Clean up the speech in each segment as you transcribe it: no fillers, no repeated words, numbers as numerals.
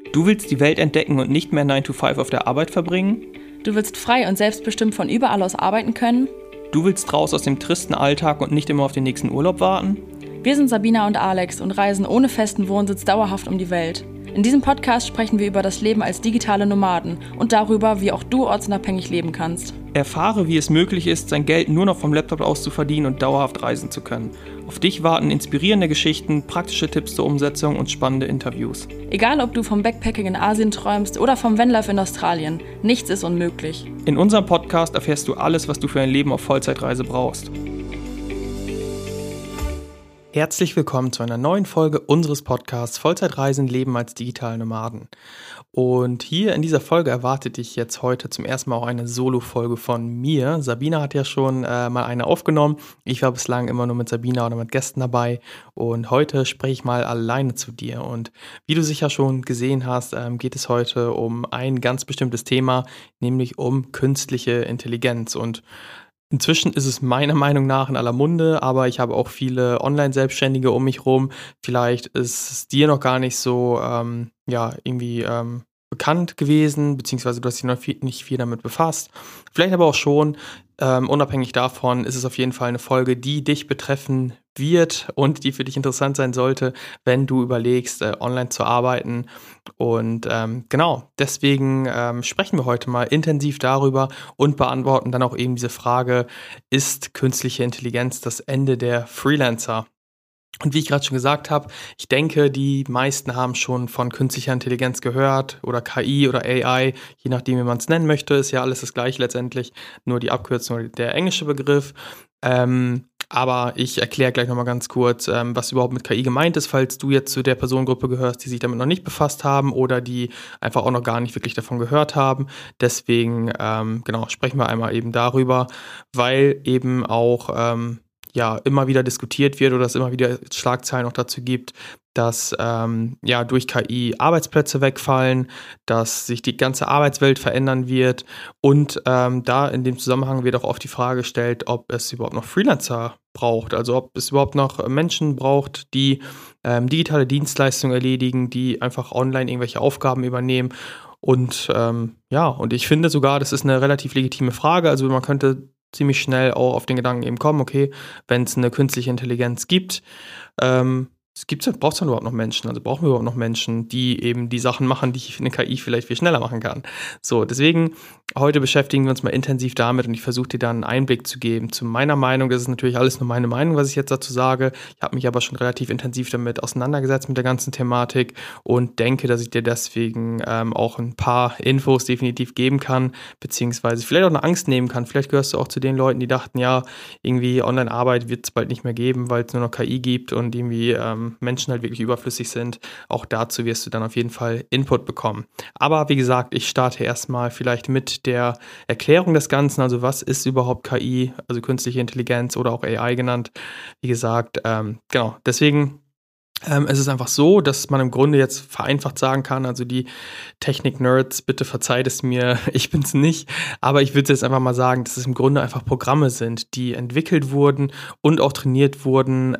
Du willst die Welt entdecken und nicht mehr 9 to 5 auf der Arbeit verbringen? Du willst frei und selbstbestimmt von überall aus arbeiten können? Du willst raus aus dem tristen Alltag und nicht immer auf den nächsten Urlaub warten? Wir sind Sabina und Alex und reisen ohne festen Wohnsitz dauerhaft um die Welt. In diesem Podcast sprechen wir über das Leben als digitale Nomaden und darüber, wie auch du ortsunabhängig leben kannst. Erfahre, wie es möglich ist, sein Geld nur noch vom Laptop aus zu verdienen und dauerhaft reisen zu können. Auf dich warten inspirierende Geschichten, praktische Tipps zur Umsetzung und spannende Interviews. Egal, ob du vom Backpacking in Asien träumst oder vom Vanlife in Australien, nichts ist unmöglich. In unserem Podcast erfährst du alles, was du für ein Leben auf Vollzeitreise brauchst. Herzlich willkommen zu einer neuen Folge unseres Podcasts Vollzeitreisen leben als digitale Nomaden. Und hier in dieser Folge erwartet dich jetzt heute zum ersten Mal auch eine Solo-Folge von mir. Sabina hat ja schon mal eine aufgenommen. Ich war bislang immer nur mit Sabina oder mit Gästen dabei. Und heute spreche ich mal alleine zu dir. Und wie du sicher schon gesehen hast, geht es heute um ein ganz bestimmtes Thema, nämlich um künstliche Intelligenz. Und inzwischen ist es meiner Meinung nach in aller Munde, aber ich habe auch viele Online-Selbstständige um mich rum. Vielleicht ist es dir noch gar nicht so bekannt gewesen, beziehungsweise du hast dich noch nicht viel damit befasst. Vielleicht aber auch schon. Unabhängig davon ist es auf jeden Fall eine Folge, die dich betreffen wird und die für dich interessant sein sollte, wenn du überlegst, online zu arbeiten. Und deswegen sprechen wir heute mal intensiv darüber und beantworten dann auch eben diese Frage, ist künstliche Intelligenz das Ende der Freelancer? Und wie ich gerade schon gesagt habe, ich denke, die meisten haben schon von künstlicher Intelligenz gehört oder KI oder AI, je nachdem, wie man es nennen möchte, ist ja alles das gleiche letztendlich, nur die Abkürzung, der englische Begriff. Aber ich erkläre gleich nochmal ganz kurz, was überhaupt mit KI gemeint ist, falls du jetzt zu der Personengruppe gehörst, die sich damit noch nicht befasst haben oder die einfach auch noch gar nicht wirklich davon gehört haben. Deswegen, sprechen wir einmal eben darüber, weil eben auch immer wieder diskutiert wird oder es immer wieder Schlagzeilen auch dazu gibt, dass durch KI Arbeitsplätze wegfallen, dass sich die ganze Arbeitswelt verändern wird und da in dem Zusammenhang wird auch oft die Frage gestellt, ob es überhaupt noch Freelancer braucht, also ob es überhaupt noch Menschen braucht, die digitale Dienstleistungen erledigen, die einfach online irgendwelche Aufgaben übernehmen. Und ich finde sogar, das ist eine relativ legitime Frage, also man könnte ziemlich schnell auch auf den Gedanken eben kommen, okay, wenn es eine künstliche Intelligenz gibt, braucht es dann überhaupt noch Menschen? Also brauchen wir überhaupt noch Menschen, die eben die Sachen machen, die eine KI vielleicht viel schneller machen kann? So, deswegen, heute beschäftigen wir uns mal intensiv damit und ich versuche dir dann einen Einblick zu geben. Zu meiner Meinung, das ist natürlich alles nur meine Meinung, was ich jetzt dazu sage. Ich habe mich aber schon relativ intensiv damit auseinandergesetzt mit der ganzen Thematik und denke, dass ich dir deswegen auch ein paar Infos definitiv geben kann, beziehungsweise vielleicht auch eine Angst nehmen kann. Vielleicht gehörst du auch zu den Leuten, die dachten, ja, irgendwie Online-Arbeit wird es bald nicht mehr geben, weil es nur noch KI gibt und irgendwie Menschen halt wirklich überflüssig sind. Auch dazu wirst du dann auf jeden Fall Input bekommen. Aber wie gesagt, ich starte erstmal vielleicht mit der Erklärung des Ganzen. Also was ist überhaupt KI, also künstliche Intelligenz oder auch AI genannt? Wie gesagt, deswegen es ist einfach so, dass man im Grunde jetzt vereinfacht sagen kann, also die Technik-Nerds, bitte verzeiht es mir, ich bin's nicht, aber ich würde jetzt einfach mal sagen, dass es im Grunde einfach Programme sind, die entwickelt wurden und auch trainiert wurden,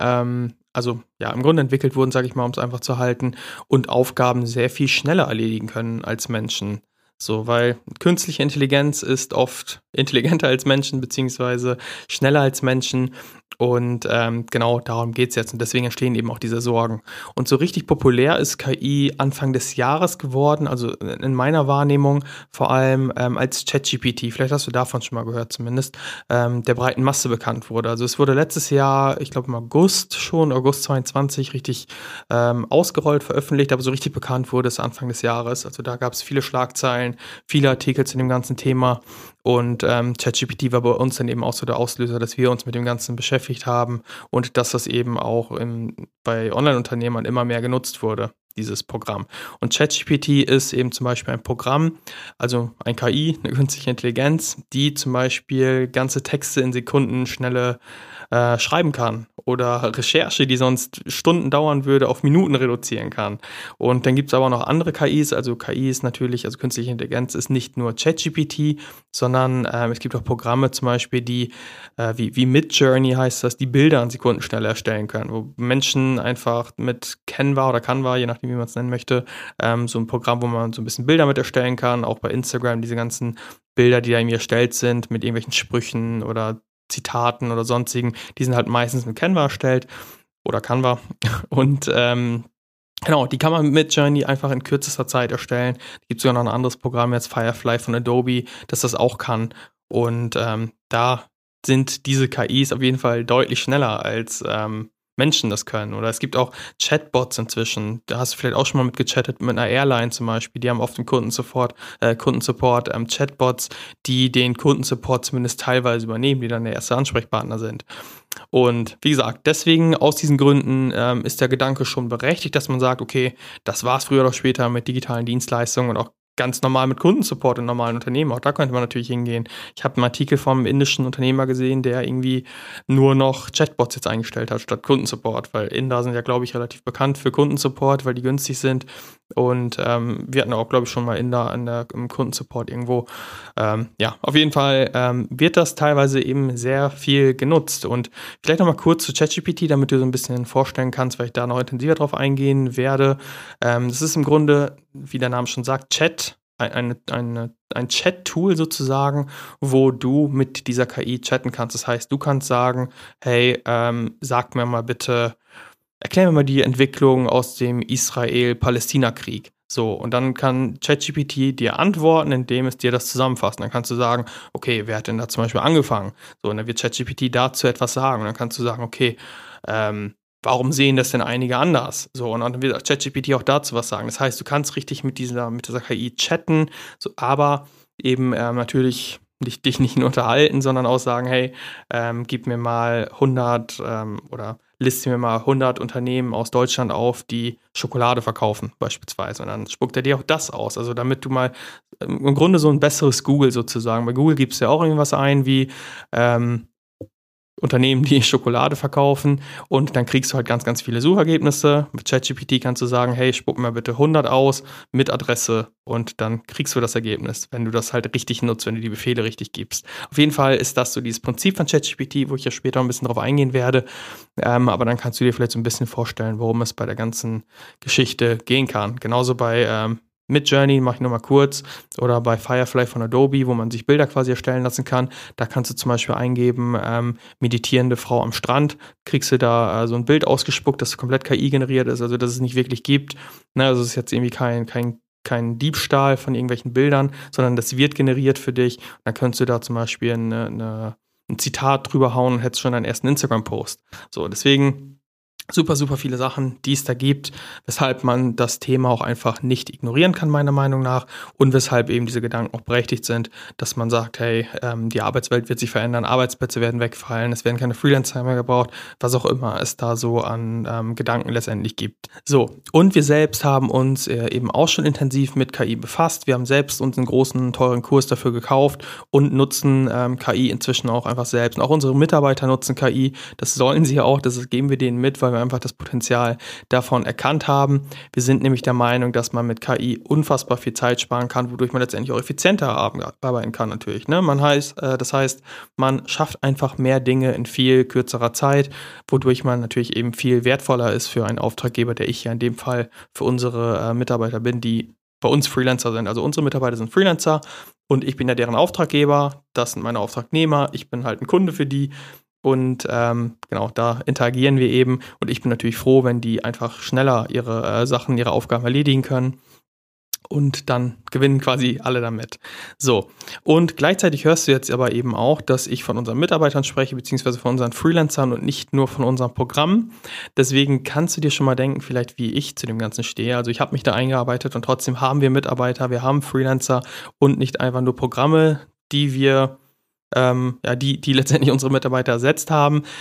im Grunde entwickelt wurden, sage ich mal, um es einfach zu halten und Aufgaben sehr viel schneller erledigen können als Menschen. So, weil künstliche Intelligenz ist oft intelligenter als Menschen, beziehungsweise schneller als Menschen. Und darum geht es jetzt. Und deswegen entstehen eben auch diese Sorgen. Und so richtig populär ist KI Anfang des Jahres geworden, also in meiner Wahrnehmung vor allem als ChatGPT. Vielleicht hast du davon schon mal gehört zumindest, der breiten Masse bekannt wurde. Also es wurde letztes Jahr, ich glaube im August 22 richtig ausgerollt, veröffentlicht, aber so richtig bekannt wurde es Anfang des Jahres. Also da gab es viele Schlagzeilen, viele Artikel zu dem ganzen Thema. Und ChatGPT war bei uns dann eben auch so der Auslöser, dass wir uns mit dem Ganzen beschäftigt haben und dass das eben auch bei Online-Unternehmern immer mehr genutzt wurde, dieses Programm. Und ChatGPT ist eben zum Beispiel ein Programm, also ein KI, eine künstliche Intelligenz, die zum Beispiel ganze Texte in Sekundenschnelle schreiben kann oder Recherche, die sonst Stunden dauern würde, auf Minuten reduzieren kann. Und dann gibt es aber auch noch andere KIs, also KI ist natürlich, also künstliche Intelligenz ist nicht nur ChatGPT, sondern es gibt auch Programme zum Beispiel, die wie Midjourney heißt das, die Bilder in Sekunden schneller erstellen können, wo Menschen einfach mit Canva oder Canva, je nachdem wie man es nennen möchte, so ein Programm, wo man so ein bisschen Bilder mit erstellen kann, auch bei Instagram diese ganzen Bilder, die da irgendwie erstellt sind mit irgendwelchen Sprüchen oder Zitaten oder sonstigen, die sind halt meistens mit Canva erstellt oder Canva und genau, die kann man mit Midjourney einfach in kürzester Zeit erstellen. Es gibt sogar noch ein anderes Programm, jetzt Firefly von Adobe, das das auch kann. Und da sind diese KIs auf jeden Fall deutlich schneller als Menschen das können. Oder es gibt auch Chatbots inzwischen. Da hast du vielleicht auch schon mal mit gechattet, mit einer Airline zum Beispiel. Die haben oft im Kundensupport Chatbots, die den Kundensupport zumindest teilweise übernehmen, die dann der erste Ansprechpartner sind. Und wie gesagt, deswegen aus diesen Gründen ist der Gedanke schon berechtigt, dass man sagt, okay, das war es früher oder später mit digitalen Dienstleistungen und auch ganz normal mit Kundensupport in normalen Unternehmen. Auch da könnte man natürlich hingehen. Ich habe einen Artikel vom indischen Unternehmer gesehen, der irgendwie nur noch Chatbots jetzt eingestellt hat statt Kundensupport, weil Inder sind ja, glaube ich, relativ bekannt für Kundensupport, weil die günstig sind. Und wir hatten auch, glaube ich, schon mal Inder im Kundensupport irgendwo. Ja, auf jeden Fall wird das teilweise eben sehr viel genutzt. Und vielleicht nochmal kurz zu ChatGPT, damit du so ein bisschen vorstellen kannst, weil ich da noch intensiver drauf eingehen werde. Das ist im Grunde, wie der Name schon sagt, ein Chat-Tool sozusagen, wo du mit dieser KI chatten kannst. Das heißt, du kannst sagen, hey, sag mir mal bitte, erklär mir mal die Entwicklung aus dem Israel-Palästina-Krieg. So, und dann kann ChatGPT dir antworten, indem es dir das zusammenfasst. Und dann kannst du sagen, okay, wer hat denn da zum Beispiel angefangen? So, und dann wird ChatGPT dazu etwas sagen. Und dann kannst du sagen, okay, warum sehen das denn einige anders? So, und dann wird ChatGPT auch dazu was sagen. Das heißt, du kannst richtig mit dieser KI chatten, so, aber eben natürlich dich nicht nur unterhalten, sondern auch sagen, hey, gib mir mal 100 oder liste mir mal 100 Unternehmen aus Deutschland auf, die Schokolade verkaufen beispielsweise. Und dann spuckt er dir auch das aus. Also damit du mal im Grunde so ein besseres Google sozusagen. Bei Google gibst du ja auch irgendwas ein wie Unternehmen, die Schokolade verkaufen und dann kriegst du halt ganz, ganz viele Suchergebnisse. Mit ChatGPT kannst du sagen, hey, spuck mir bitte 100 aus mit Adresse und dann kriegst du das Ergebnis, wenn du das halt richtig nutzt, wenn du die Befehle richtig gibst. Auf jeden Fall ist das so dieses Prinzip von ChatGPT, wo ich ja später ein bisschen drauf eingehen werde, aber dann kannst du dir vielleicht so ein bisschen vorstellen, worum es bei der ganzen Geschichte gehen kann. Genauso bei Midjourney, mache ich nur mal kurz, oder bei Firefly von Adobe, wo man sich Bilder quasi erstellen lassen kann. Da kannst du zum Beispiel eingeben, meditierende Frau am Strand, kriegst du da so ein Bild ausgespuckt, das komplett KI generiert ist, also dass es nicht wirklich gibt. Also es ist jetzt irgendwie kein Diebstahl von irgendwelchen Bildern, sondern das wird generiert für dich. Dann könntest du da zum Beispiel ein Zitat drüber hauen und hättest schon deinen ersten Instagram-Post. So, deswegen super, super viele Sachen, die es da gibt, weshalb man das Thema auch einfach nicht ignorieren kann, meiner Meinung nach, und weshalb eben diese Gedanken auch berechtigt sind, dass man sagt, hey, die Arbeitswelt wird sich verändern, Arbeitsplätze werden wegfallen, es werden keine Freelancer mehr gebraucht, was auch immer es da so an Gedanken letztendlich gibt. So, und wir selbst haben uns eben auch schon intensiv mit KI befasst. Wir haben selbst uns einen großen, teuren Kurs dafür gekauft und nutzen KI inzwischen auch einfach selbst. Und auch unsere Mitarbeiter nutzen KI, das sollen sie ja auch, das geben wir denen mit, weil wir einfach das Potenzial davon erkannt haben. Wir sind nämlich der Meinung, dass man mit KI unfassbar viel Zeit sparen kann, wodurch man letztendlich auch effizienter arbeiten kann natürlich. Ne? Das heißt, man schafft einfach mehr Dinge in viel kürzerer Zeit, wodurch man natürlich eben viel wertvoller ist für einen Auftraggeber, der ich ja in dem Fall für unsere Mitarbeiter bin, die bei uns Freelancer sind. Also unsere Mitarbeiter sind Freelancer und ich bin ja deren Auftraggeber, das sind meine Auftragnehmer, ich bin halt ein Kunde für die. Und genau, da interagieren wir eben und ich bin natürlich froh, wenn die einfach schneller ihre Aufgaben erledigen können und dann gewinnen quasi alle damit. So, und gleichzeitig hörst du jetzt aber eben auch, dass ich von unseren Mitarbeitern spreche, beziehungsweise von unseren Freelancern und nicht nur von unserem Programm. Deswegen kannst du dir schon mal denken, vielleicht wie ich zu dem Ganzen stehe. Also ich habe mich da eingearbeitet und trotzdem haben wir Mitarbeiter, wir haben Freelancer und nicht einfach nur Programme, die wir die letztendlich unsere Mitarbeiter ersetzt haben.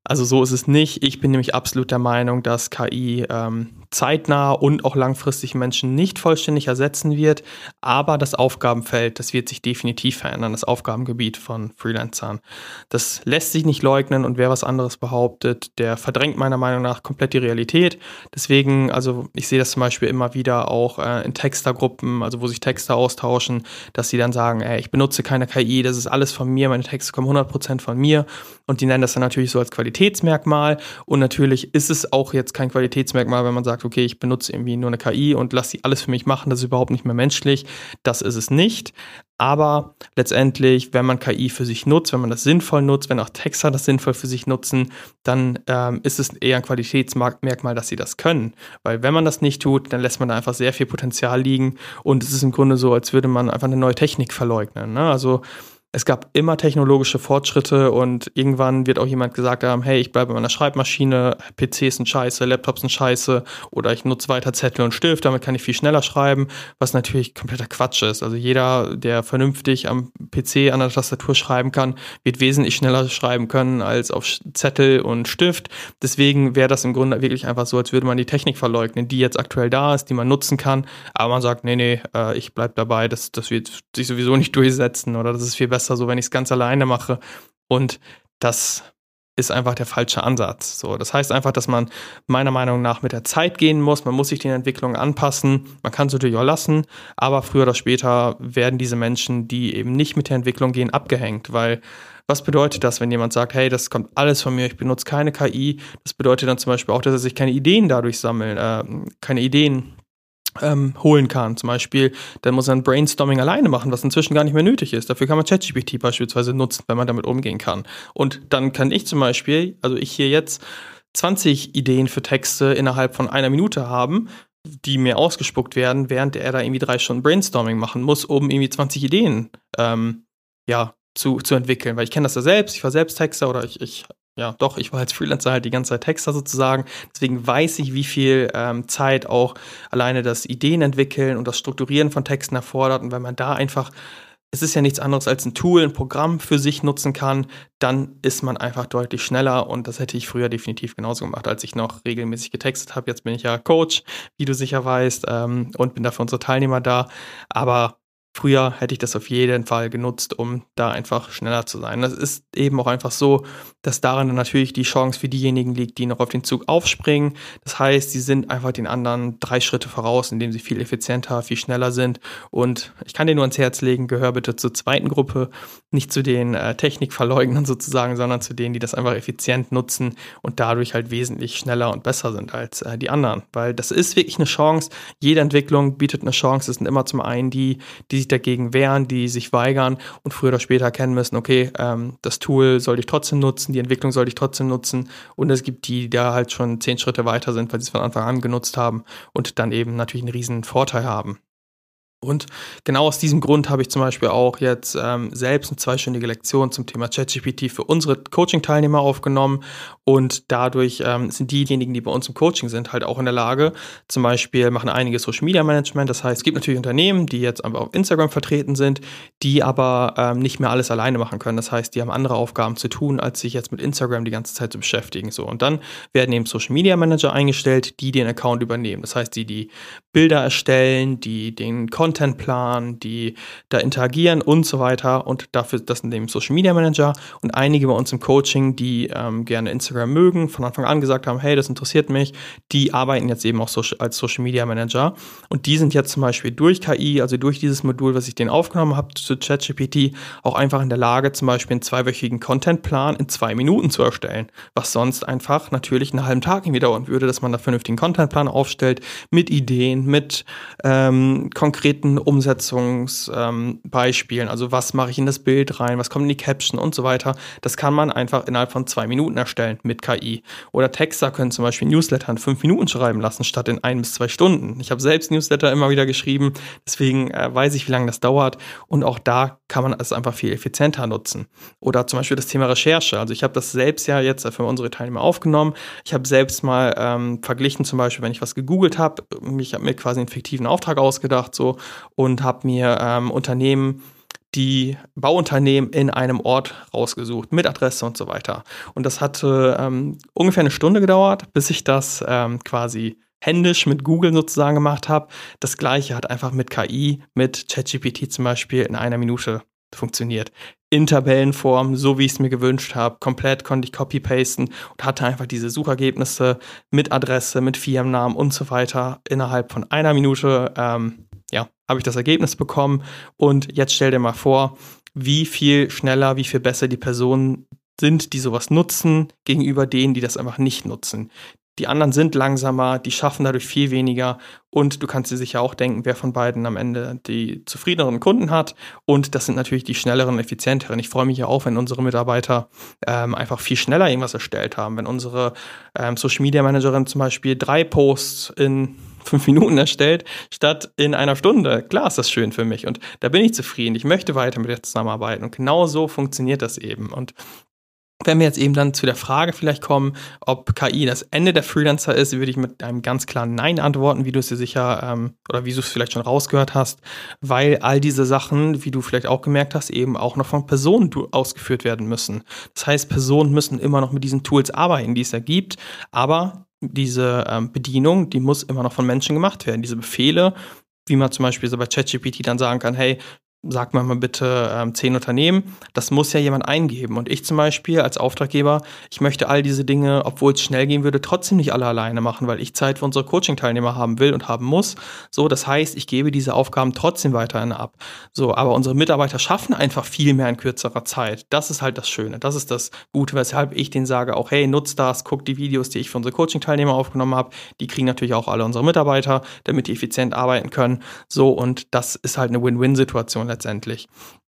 Also so ist es nicht. Ich bin nämlich absolut der Meinung, dass KI zeitnah und auch langfristig Menschen nicht vollständig ersetzen wird, aber das Aufgabenfeld, das wird sich definitiv verändern, das Aufgabengebiet von Freelancern. Das lässt sich nicht leugnen und wer was anderes behauptet, der verdrängt meiner Meinung nach komplett die Realität. Deswegen, also ich sehe das zum Beispiel immer wieder auch in Textergruppen, also wo sich Texter austauschen, dass sie dann sagen, ich benutze keine KI, das ist alles von mir, meine Texte kommen 100% von mir und die nennen das dann natürlich so als Qualitätsmerkmal und natürlich ist es auch jetzt kein Qualitätsmerkmal, wenn man sagt, okay, ich benutze irgendwie nur eine KI und lasse sie alles für mich machen, das ist überhaupt nicht mehr menschlich. Das ist es nicht. Aber letztendlich, wenn man KI für sich nutzt, wenn man das sinnvoll nutzt, wenn auch Texter das sinnvoll für sich nutzen, dann ist es eher ein Qualitätsmerkmal, dass sie das können. Weil wenn man das nicht tut, dann lässt man da einfach sehr viel Potenzial liegen und es ist im Grunde so, als würde man einfach eine neue Technik verleugnen, ne? Also es gab immer technologische Fortschritte und irgendwann wird auch jemand gesagt haben, hey, ich bleibe bei meiner Schreibmaschine, PCs sind scheiße, Laptops sind scheiße oder ich nutze weiter Zettel und Stift, damit kann ich viel schneller schreiben, was natürlich kompletter Quatsch ist. Also jeder, der vernünftig am PC an der Tastatur schreiben kann, wird wesentlich schneller schreiben können als auf Zettel und Stift. Deswegen wäre das im Grunde wirklich einfach so, als würde man die Technik verleugnen, die jetzt aktuell da ist, die man nutzen kann, aber man sagt, nee, ich bleibe dabei, das wird sich sowieso nicht durchsetzen oder das ist viel besser so, wenn ich es ganz alleine mache. Und das ist einfach der falsche Ansatz. So, das heißt einfach, dass man meiner Meinung nach mit der Zeit gehen muss. Man muss sich den Entwicklungen anpassen. Man kann es natürlich auch lassen, aber früher oder später werden diese Menschen, die eben nicht mit der Entwicklung gehen, abgehängt, weil was bedeutet das, wenn jemand sagt, hey, das kommt alles von mir, ich benutze keine KI? Das bedeutet dann zum Beispiel auch, dass er sich keine Ideen dadurch holen kann. Zum Beispiel, dann muss er ein Brainstorming alleine machen, was inzwischen gar nicht mehr nötig ist. Dafür kann man ChatGPT beispielsweise nutzen, wenn man damit umgehen kann. Und dann kann ich zum Beispiel, also ich hier jetzt 20 Ideen für Texte innerhalb von 1 Minute haben, die mir ausgespuckt werden, während er da irgendwie 3 Stunden Brainstorming machen muss, um irgendwie 20 Ideen zu entwickeln. Weil ich kenne das ja selbst, ich war selbst Texter oder ich war als Freelancer halt die ganze Zeit Texter sozusagen. Deswegen weiß ich, wie viel Zeit auch alleine das Ideen entwickeln und das Strukturieren von Texten erfordert. Und wenn man da einfach, es ist ja nichts anderes als ein Tool, ein Programm für sich nutzen kann, dann ist man einfach deutlich schneller. Und das hätte ich früher definitiv genauso gemacht, als ich noch regelmäßig getextet habe. Jetzt bin ich ja Coach, wie du sicher weißt, und bin da für unsere Teilnehmer da. Aber früher hätte ich das auf jeden Fall genutzt, um da einfach schneller zu sein. Das ist eben auch einfach so, dass darin dann natürlich die Chance für diejenigen liegt, die noch auf den Zug aufspringen. Das heißt, sie sind einfach den anderen 3 Schritte voraus, indem sie viel effizienter, viel schneller sind. Und ich kann dir nur ans Herz legen, gehör bitte zur zweiten Gruppe, nicht zu den Technikverleugnern sozusagen, sondern zu denen, die das einfach effizient nutzen und dadurch halt wesentlich schneller und besser sind als die anderen. Weil das ist wirklich eine Chance. Jede Entwicklung bietet eine Chance. Es sind immer zum einen die sich dagegen wehren, die sich weigern und früher oder später erkennen müssen, okay, das Tool sollte ich trotzdem nutzen, die Entwicklung sollte ich trotzdem nutzen und es gibt die da halt schon 10 Schritte weiter sind, weil sie es von Anfang an genutzt haben und dann eben natürlich einen riesen Vorteil haben. Und genau aus diesem Grund habe ich zum Beispiel auch jetzt selbst eine 2-stündige Lektion zum Thema ChatGPT für unsere Coaching-Teilnehmer aufgenommen und dadurch sind diejenigen, die bei uns im Coaching sind, halt auch in der Lage, zum Beispiel machen einige Social-Media-Management, das heißt, es gibt natürlich Unternehmen, die jetzt einfach auf Instagram vertreten sind, die aber nicht mehr alles alleine machen können, das heißt, die haben andere Aufgaben zu tun, als sich jetzt mit Instagram die ganze Zeit zu beschäftigen. So. Und dann werden eben Social-Media-Manager eingestellt, die den Account übernehmen, das heißt, die Bilder erstellen, die den Content planen, die da interagieren und so weiter und dafür, das sind eben Social Media Manager und einige bei uns im Coaching, die gerne Instagram mögen, von Anfang an gesagt haben, hey, das interessiert mich, die arbeiten jetzt eben auch als Social Media Manager und die sind jetzt zum Beispiel durch KI, also durch dieses Modul, was ich denen aufgenommen habe zu ChatGPT, auch einfach in der Lage, zum Beispiel einen 2-wöchigen Contentplan in 2 Minuten zu erstellen, was sonst einfach natürlich einen halben Tag irgendwie dauern würde, dass man da vernünftigen Contentplan aufstellt, mit Ideen, mit konkreten Umsetzungsbeispielen, also was mache ich in das Bild rein, was kommt in die Caption und so weiter. Das kann man einfach innerhalb von 2 Minuten erstellen mit KI. Oder Texter können zum Beispiel Newsletter in 5 Minuten schreiben lassen, statt in 1 bis 2 Stunden. Ich habe selbst Newsletter immer wieder geschrieben, deswegen weiß ich, wie lange das dauert und auch da kann man es einfach viel effizienter nutzen. Oder zum Beispiel das Thema Recherche. Also ich habe das selbst ja jetzt für unsere Teilnehmer aufgenommen. Ich habe selbst mal verglichen, zum Beispiel, wenn ich was gegoogelt habe, ich habe mir quasi einen fiktiven Auftrag ausgedacht so und habe mir Unternehmen, die Bauunternehmen in einem Ort rausgesucht, mit Adresse und so weiter. Und das hatte ungefähr eine Stunde gedauert, bis ich das quasi händisch mit Google sozusagen gemacht habe. Das Gleiche hat einfach mit KI, mit ChatGPT zum Beispiel in einer Minute funktioniert. In Tabellenform, so wie ich es mir gewünscht habe. Komplett konnte ich copy-pasten und hatte einfach diese Suchergebnisse mit Adresse, mit Firmennamen und so weiter. Innerhalb von einer Minute habe ich das Ergebnis bekommen. Und jetzt stell dir mal vor, wie viel schneller, wie viel besser die Personen sind, die sowas nutzen, gegenüber denen, die das einfach nicht nutzen. Die anderen sind langsamer, die schaffen dadurch viel weniger und du kannst dir sicher auch denken, wer von beiden am Ende die zufriedeneren Kunden hat, und das sind natürlich die schnelleren, effizienteren. Ich freue mich ja auch, wenn unsere Mitarbeiter einfach viel schneller irgendwas erstellt haben, wenn unsere Social Media Managerin zum Beispiel 3 Posts in 5 Minuten erstellt, statt in einer Stunde. Klar ist das schön für mich und da bin ich zufrieden. Ich möchte weiter mit ihr zusammenarbeiten und genau so funktioniert das eben. Und wenn wir jetzt eben dann zu der Frage vielleicht kommen, ob KI das Ende der Freelancer ist, würde ich mit einem ganz klaren Nein antworten, wie du es dir sicher oder wie du es vielleicht schon rausgehört hast, weil all diese Sachen, wie du vielleicht auch gemerkt hast, eben auch noch von Personen ausgeführt werden müssen. Das heißt, Personen müssen immer noch mit diesen Tools arbeiten, die es da gibt, aber diese Bedienung, die muss immer noch von Menschen gemacht werden. Diese Befehle, wie man zum Beispiel so bei ChatGPT dann sagen kann, hey, sag mal bitte 10 Unternehmen, das muss ja jemand eingeben. Und ich zum Beispiel als Auftraggeber, ich möchte all diese Dinge, obwohl es schnell gehen würde, trotzdem nicht alle alleine machen, weil ich Zeit für unsere Coaching-Teilnehmer haben will und haben muss. So, das heißt, ich gebe diese Aufgaben trotzdem weiterhin ab. So, aber unsere Mitarbeiter schaffen einfach viel mehr in kürzerer Zeit. Das ist halt das Schöne, das ist das Gute, weshalb ich denen sage, auch hey, nutzt das, guckt die Videos, die ich für unsere Coaching-Teilnehmer aufgenommen habe. Die kriegen natürlich auch alle unsere Mitarbeiter, damit die effizient arbeiten können. So, und das ist halt eine Win-Win-Situation letztendlich.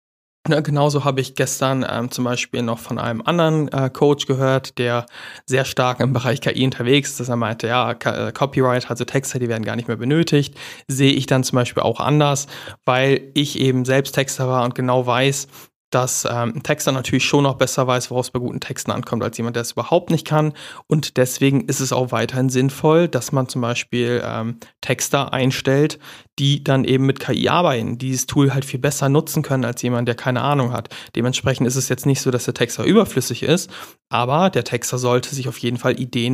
Ja, genauso habe ich gestern zum Beispiel noch von einem anderen Coach gehört, der sehr stark im Bereich KI unterwegs ist, dass er meinte, ja, Copyright, also Texte, die werden gar nicht mehr benötigt. Sehe ich dann zum Beispiel auch anders, weil ich eben selbst Texter war und genau weiß, dass ein Texter natürlich schon noch besser weiß, woraus bei guten Texten ankommt, als jemand, der es überhaupt nicht kann. Und deswegen ist es auch weiterhin sinnvoll, dass man zum Beispiel Texter einstellt, die dann eben mit KI arbeiten, die dieses Tool halt viel besser nutzen können als jemand, der keine Ahnung hat. Dementsprechend ist es jetzt nicht so, dass der Texter überflüssig ist, aber der Texter sollte sich auf jeden Fall Ideen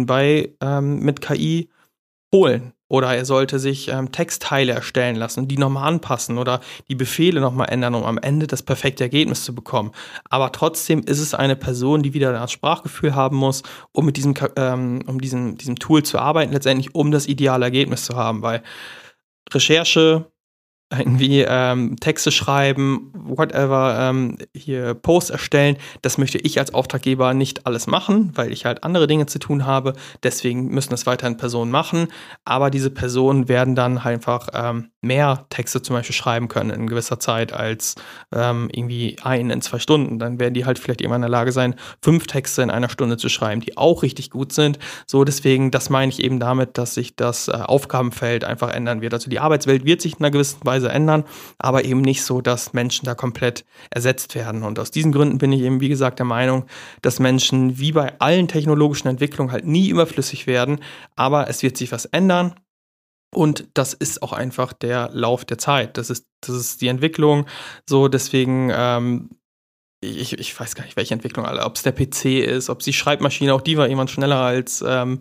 mit KI holen. Oder er sollte sich Textteile erstellen lassen und die nochmal anpassen oder die Befehle nochmal ändern, um am Ende das perfekte Ergebnis zu bekommen. Aber trotzdem ist es eine Person, die wieder das Sprachgefühl haben muss, um mit diesem Tool zu arbeiten, letztendlich um das ideale Ergebnis zu haben. Weil Recherche, irgendwie Texte schreiben, whatever, hier Posts erstellen, das möchte ich als Auftraggeber nicht alles machen, weil ich halt andere Dinge zu tun habe. Deswegen müssen das weiterhin Personen machen, aber diese Personen werden dann halt einfach mehr Texte zum Beispiel schreiben können in gewisser Zeit als irgendwie in 2 Stunden. Dann werden die halt vielleicht irgendwann in der Lage sein, 5 Texte in einer Stunde zu schreiben, die auch richtig gut sind. So, deswegen, das meine ich eben damit, dass sich das Aufgabenfeld einfach ändern wird. Also die Arbeitswelt wird sich in einer gewissen Weise ändern, aber eben nicht so, dass Menschen da komplett ersetzt werden. Und aus diesen Gründen bin ich eben, wie gesagt, der Meinung, dass Menschen wie bei allen technologischen Entwicklungen halt nie überflüssig werden, aber es wird sich was ändern. Und das ist auch einfach der Lauf der Zeit. Das ist die Entwicklung. So, deswegen, ich weiß gar nicht, welche Entwicklung, ob es der PC ist, ob es die Schreibmaschine, auch die war jemand schneller als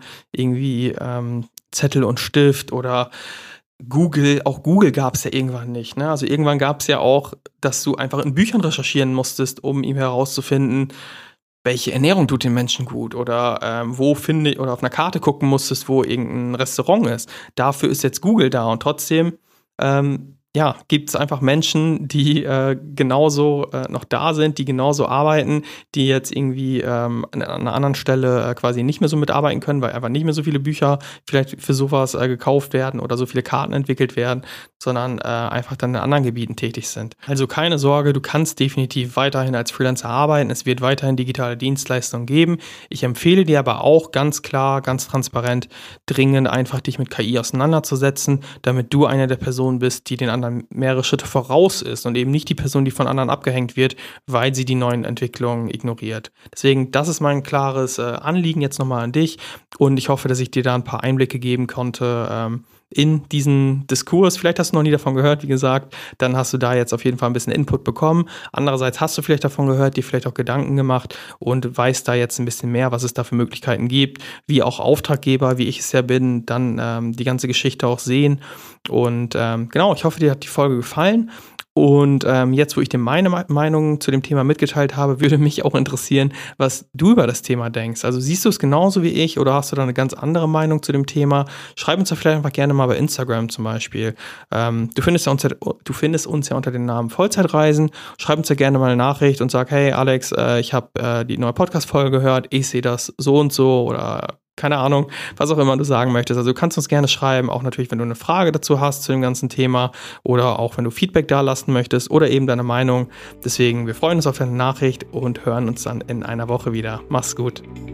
Zettel und Stift oder Google. Auch Google gab es ja irgendwann nicht. Ne? Also irgendwann gab es ja auch, dass du einfach in Büchern recherchieren musstest, um ihm herauszufinden, welche Ernährung tut den Menschen gut oder oder auf einer Karte gucken musstest, wo irgendein Restaurant ist. Dafür ist jetzt Google da und trotzdem gibt es einfach Menschen, die genauso noch da sind, die genauso arbeiten, die jetzt irgendwie an einer anderen Stelle quasi nicht mehr so mitarbeiten können, weil einfach nicht mehr so viele Bücher vielleicht für sowas gekauft werden oder so viele Karten entwickelt werden, sondern einfach dann in anderen Gebieten tätig sind. Also keine Sorge, du kannst definitiv weiterhin als Freelancer arbeiten. Es wird weiterhin digitale Dienstleistungen geben. Ich empfehle dir aber auch ganz klar, ganz transparent, dringend einfach dich mit KI auseinanderzusetzen, damit du eine der Personen bist, die den anderen mehrere Schritte voraus ist und eben nicht die Person, die von anderen abgehängt wird, weil sie die neuen Entwicklungen ignoriert. Deswegen, das ist mein klares Anliegen jetzt nochmal an dich und ich hoffe, dass ich dir da ein paar Einblicke geben konnte in diesen Diskurs. Vielleicht hast du noch nie davon gehört, wie gesagt, dann hast du da jetzt auf jeden Fall ein bisschen Input bekommen. Andererseits hast du vielleicht davon gehört, dir vielleicht auch Gedanken gemacht und weißt da jetzt ein bisschen mehr, was es da für Möglichkeiten gibt, wie auch Auftraggeber, wie ich es ja bin, dann die ganze Geschichte auch sehen. Und genau, ich hoffe, dir hat die Folge gefallen. Und jetzt, wo ich dir meine Meinung zu dem Thema mitgeteilt habe, würde mich auch interessieren, was du über das Thema denkst. Also siehst du es genauso wie ich oder hast du da eine ganz andere Meinung zu dem Thema? Schreib uns da vielleicht einfach gerne mal bei Instagram zum Beispiel. Du findest uns ja unter dem Namen Vollzeitreisen. Schreib uns ja gerne mal eine Nachricht und sag, hey Alex, ich habe die neue Podcast-Folge gehört, ich sehe das so und so oder keine Ahnung, was auch immer du sagen möchtest. Also du kannst uns gerne schreiben, auch natürlich, wenn du eine Frage dazu hast zu dem ganzen Thema oder auch wenn du Feedback da lassen möchtest oder eben deine Meinung. Deswegen, wir freuen uns auf deine Nachricht und hören uns dann in einer Woche wieder. Mach's gut.